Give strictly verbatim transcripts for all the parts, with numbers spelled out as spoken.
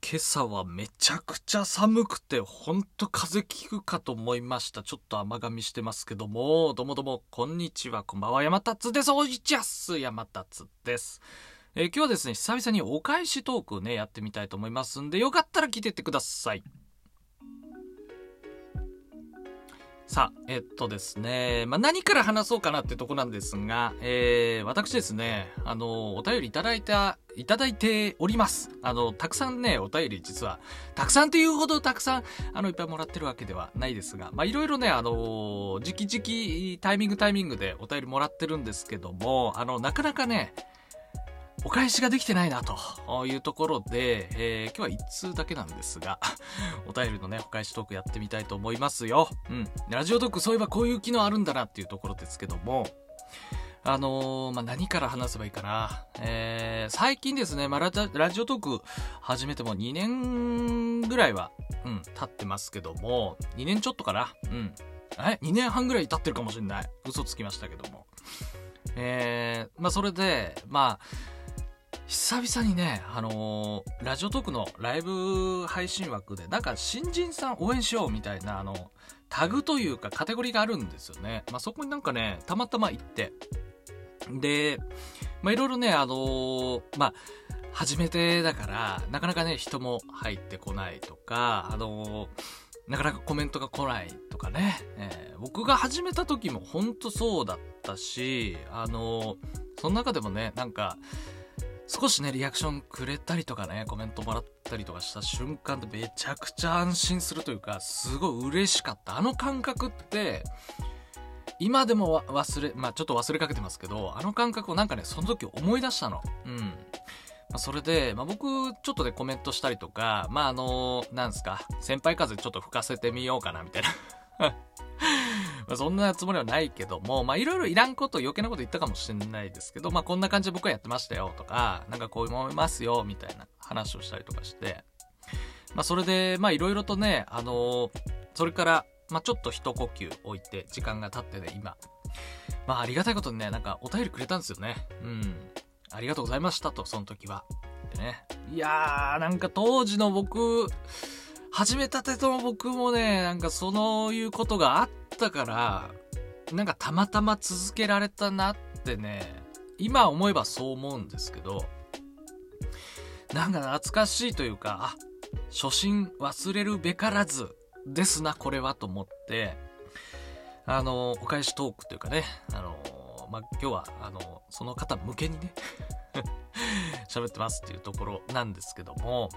今朝はめちゃくちゃ寒くてほんと風邪ひくかと思いました。ちょっと甘噛みしてますけども、どうもどうもこんにちは、こんばんは、山達です。おいちやす山達です。えー、今日はですね、久々にお返しトークをねやってみたいと思いますんで、よかったら聞いてってください。さあ、えっとですね、まあ、何から話そうかなってとこなんですが、えー、私ですね、あの、お便りいただいた、いただいております。あの、たくさんね、お便り実は、たくさんっていうほどたくさん、あの、いっぱいもらってるわけではないですが、まあ、いろいろね、あの、時期時期、タイミングタイミングでお便りもらってるんですけども、あの、なかなかね、お返しができてないなというところで、えー、今日はいっつうだけなんですがお便りのねお返しトークやってみたいと思いますよ。うん、ラジオトークそういえばこういう機能あるんだなっていうところですけども、あのー、まあ、何から話せばいいかな。えー、最近ですね、まあ、ラジラジオトーク始めてもにねんぐらいは、うん、経ってますけども、にねんちょっとかな。うん。え ?に 年半ぐらい経ってるかもしれない。嘘つきましたけども。えー、まあ、それで、まあ、久々にね、あのー、ラジオトークのライブ配信枠で、なんか新人さん応援しようみたいな、あの、タグというかカテゴリーがあるんですよね。まあ、そこになんかね、たまたま行って、で、まあ、いろいろね、あのー、まあ、初めてだから、なかなかね、人も入ってこないとか、あのー、なかなかコメントが来ないとかね、えー、僕が始めた時もほんとそうだったし、あのー、その中でもね、なんか、少しねリアクションくれたりとかねコメントもらったりとかした瞬間でめちゃくちゃ安心するというか、すごい嬉しかった。あの感覚って今でも忘れまあちょっと忘れかけてますけど、あの感覚をなんかねその時思い出したの。うん、まあ、それで、まあ、僕ちょっとねコメントしたりとか、まああのなんですか、先輩風ちょっと吹かせてみようかなみたいなまあそんなつもりはないけども、まあいろいろいらんこと余計なこと言ったかもしれないですけど、まあこんな感じで僕はやってましたよとか、なんかこう思いますよみたいな話をしたりとかして、まあそれでまあいろいろとね、あのー、それからまあちょっと一呼吸置いて時間が経ってね、今まあありがたいことにね、なんかお便りくれたんですよね。うん、ありがとうございましたと、その時はでね。いやーなんか当時の僕、始めたての僕もね、なんかそういうことがあったから、なんかたまたま続けられたなってね、今思えばそう思うんですけど、なんか懐かしいというか、あ、初心忘れるべからずですなこれはと思って、あのお返しトークというかね、あのまあ、今日はあのその方向けにね喋ってますっていうところなんですけども、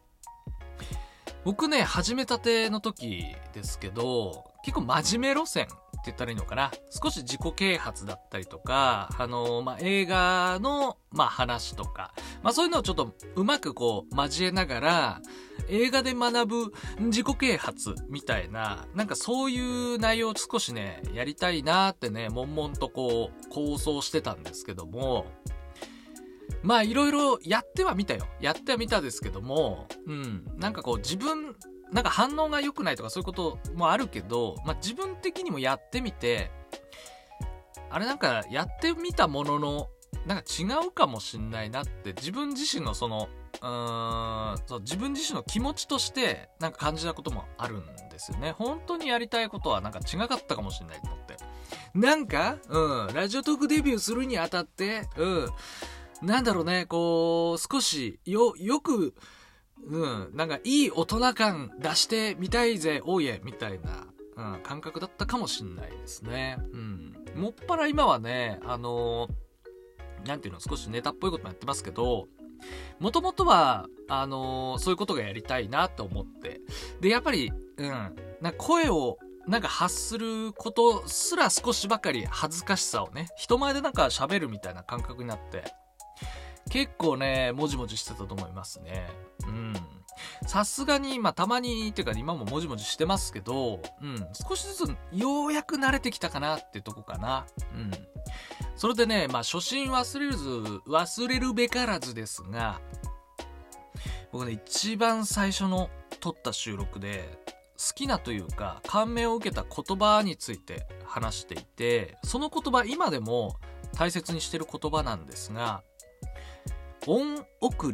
僕ね始めたての時ですけど、結構真面目路線って言ったらいいのかな、少し自己啓発だったりとか、あのー、まあ、映画の、まあ、話とか、まあ、そういうのをちょっとうまくこう交えながら映画で学ぶ自己啓発みたいな、なんかそういう内容を少しねやりたいなってね悶々とこう構想してたんですけども、まあいろいろやってはみたよ。やってはみたですけども、うん、なんかこう自分、なんか反応が良くないとかそういうこともあるけど、まあ自分的にもやってみて、あれなんかやってみたものの、なんか違うかもしんないなって自分自身のその、うーん、そう自分自身の気持ちとしてなんか感じたこともあるんですよね。本当にやりたいことはなんか違かったかもしれないと思って。なんか、うん、ラジオトークデビューするにあたって、うん、なんだろうね、こう、少し、よ、よく、うん、なんかいい大人感出してみたいぜ、おいえ、みたいな、うん、感覚だったかもしんないですね。うん。もっぱら今はね、あのー、なんていうの、少しネタっぽいこともやってますけど、もともとは、あのー、そういうことがやりたいなと思って。で、やっぱり、うん、なんか声を、なんか発することすら少しばかり恥ずかしさをね、人前でなんか喋るみたいな感覚になって、結構ねもじもじしてたと思いますね。うん、さすがにまあたまにっていうか今ももじもじしてますけど、うん、少しずつようやく慣れてきたかなってとこかな。うん、それでね、まあ初心忘れるず忘れるべからずですが、僕ね一番最初の撮った収録で好きなというか感銘を受けた言葉について話していて、その言葉今でも大切にしてる言葉なんですが、恩送りって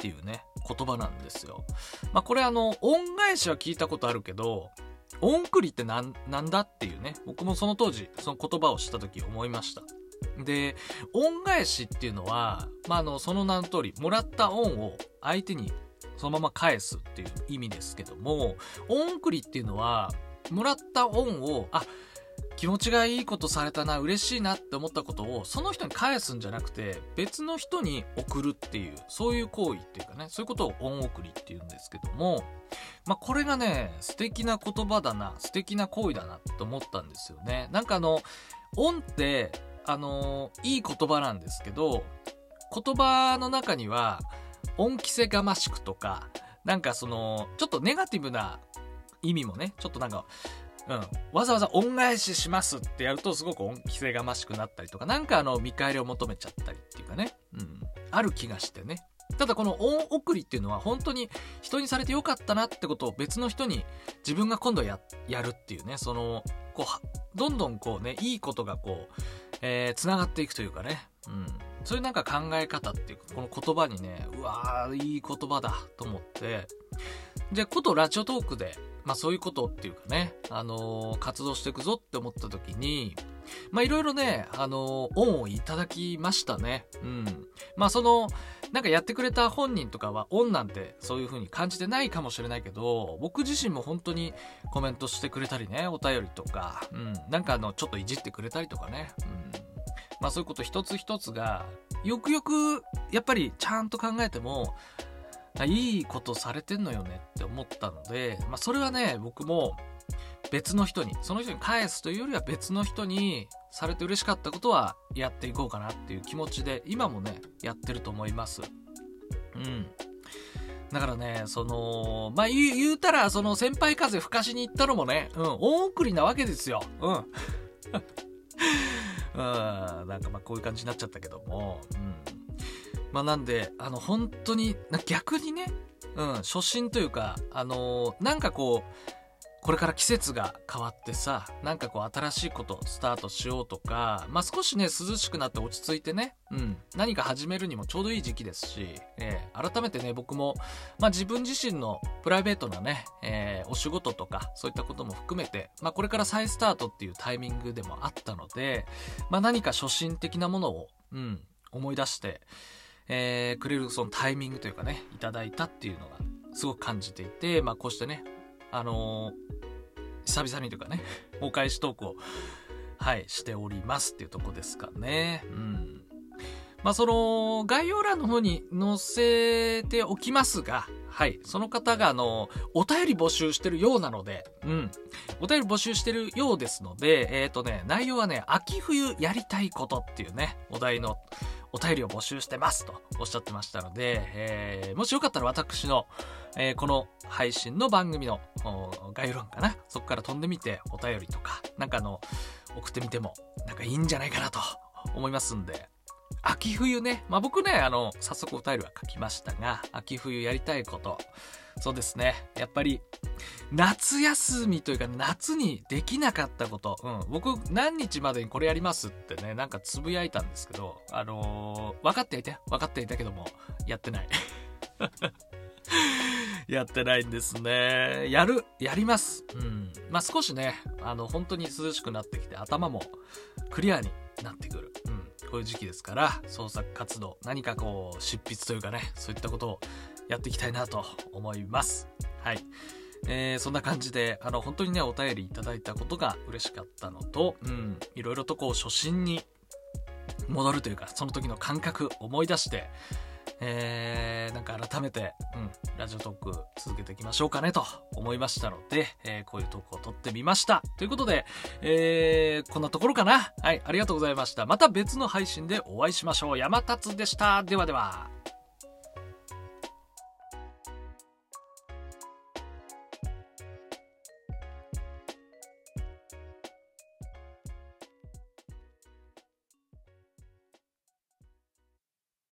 っていうね、言葉なんですよ。まあこれあの、恩返しは聞いたことあるけど、恩送りってなん、なんだっていうね、僕もその当時、その言葉を知った時思いました。で、恩返しっていうのは、まああの、その名の通り、もらった恩を相手にそのまま返すっていう意味ですけども、恩送りっていうのは、もらった恩を、あ、気持ちがいいことされたな、嬉しいなって思ったことをその人に返すんじゃなくて別の人に送るっていう、そういう行為っていうかね、そういうことを恩送りっていうんですけども、まあこれがね、素敵な言葉だな、素敵な行為だなと思ったんですよね。なんかあの、恩ってあのいい言葉なんですけど、言葉の中には恩着せがましくとか、なんかそのちょっとネガティブな意味もね、ちょっとなんかうん、わざわざ恩返ししますってやるとすごく恩着せがましくなったりとか、なんかあの見返りを求めちゃったりっていうかね、うん、ある気がしてね。ただこの恩送りっていうのは本当に人にされてよかったなってことを別の人に自分が今度ややるっていうね、そのこうどんどんこうね、いいことがこう、えー、つながっていくというかね、うん、そういうなんか考え方っていうか、この言葉にね、うわーいい言葉だと思って、でことラジオトークでまあそういうことっていうかね、あのー、活動していくぞって思った時に、まあいろいろね、あのー、恩をいただきましたね。うん。まあその、なんかやってくれた本人とかは恩なんてそういう風に感じてないかもしれないけど、僕自身も本当にコメントしてくれたりね、お便りとか、うん。なんかあの、ちょっといじってくれたりとかね。うん。まあそういうこと一つ一つが、よくよく、やっぱりちゃんと考えても、いいことされてんのよねって思ったので、まあそれはね、僕も別の人に、その人に返すというよりは別の人にされて嬉しかったことはやっていこうかなっていう気持ちで、今もね、やってると思います。うん。だからね、その、まあ言う、言うたら、その先輩風吹かしに行ったのもね、うん、恩送りなわけですよ。うん。うん、なんかまあこういう感じになっちゃったけども、うん。まあなんで、あの本当に、逆にね、うん、初心というか、あのー、なんかこう、これから季節が変わってさ、なんかこう新しいことスタートしようとか、まあ少しね、涼しくなって落ち着いてね、うん、何か始めるにもちょうどいい時期ですし、えー、改めてね、僕も、まあ自分自身のプライベートなね、えー、お仕事とか、そういったことも含めて、まあこれから再スタートっていうタイミングでもあったので、まあ何か初心的なものを、うん、思い出して、えー、くれるそのタイミングというかね、いただいたっていうのがすごく感じていて、まあこうしてね、あのー、久々にというかね、お返しトークを、はい、しておりますっていうとこですかね。うん。まあその、概要欄の方に載せておきますが、はい、その方があの、お便り募集してるようなので、うん。お便り募集してるようですので、えっとね、内容はね、秋冬やりたいことっていうね、お題の、お便りを募集してますとおっしゃってましたので、えー、もしよかったら私の、えー、この配信の番組の概要欄かな、そこから飛んでみてお便りとかなんかあの送ってみてもなんかいいんじゃないかなと思いますんで、秋冬ね、まあ僕ね、あの早速お便りは書きましたが、秋冬やりたいこと、そうですね、やっぱり夏休みというか夏にできなかったこと、うん、僕何日までにこれやりますってね、なんかつぶやいたんですけど、あのー、分かっていて分かっていたけどもやってないやってないんですね。やるやります。うん、まあ少しね、あの本当に涼しくなってきて頭もクリアになってくる、うん、こういう時期ですから、創作活動、何かこう執筆というかね、そういったことをやっていきたいなと思います。はい、えー、そんな感じで、あの本当にね、お便りいただいたことが嬉しかったのと、うん、いろいろとこう初心に戻るというか、その時の感覚思い出して、えー、なんか改めて、うん、ラジオトーク続けていきましょうかねと思いましたので、えー、こういうトークを撮ってみましたということで、えー、こんなところかな。はい、ありがとうございました。また別の配信でお会いしましょう。山達でした。ではでは。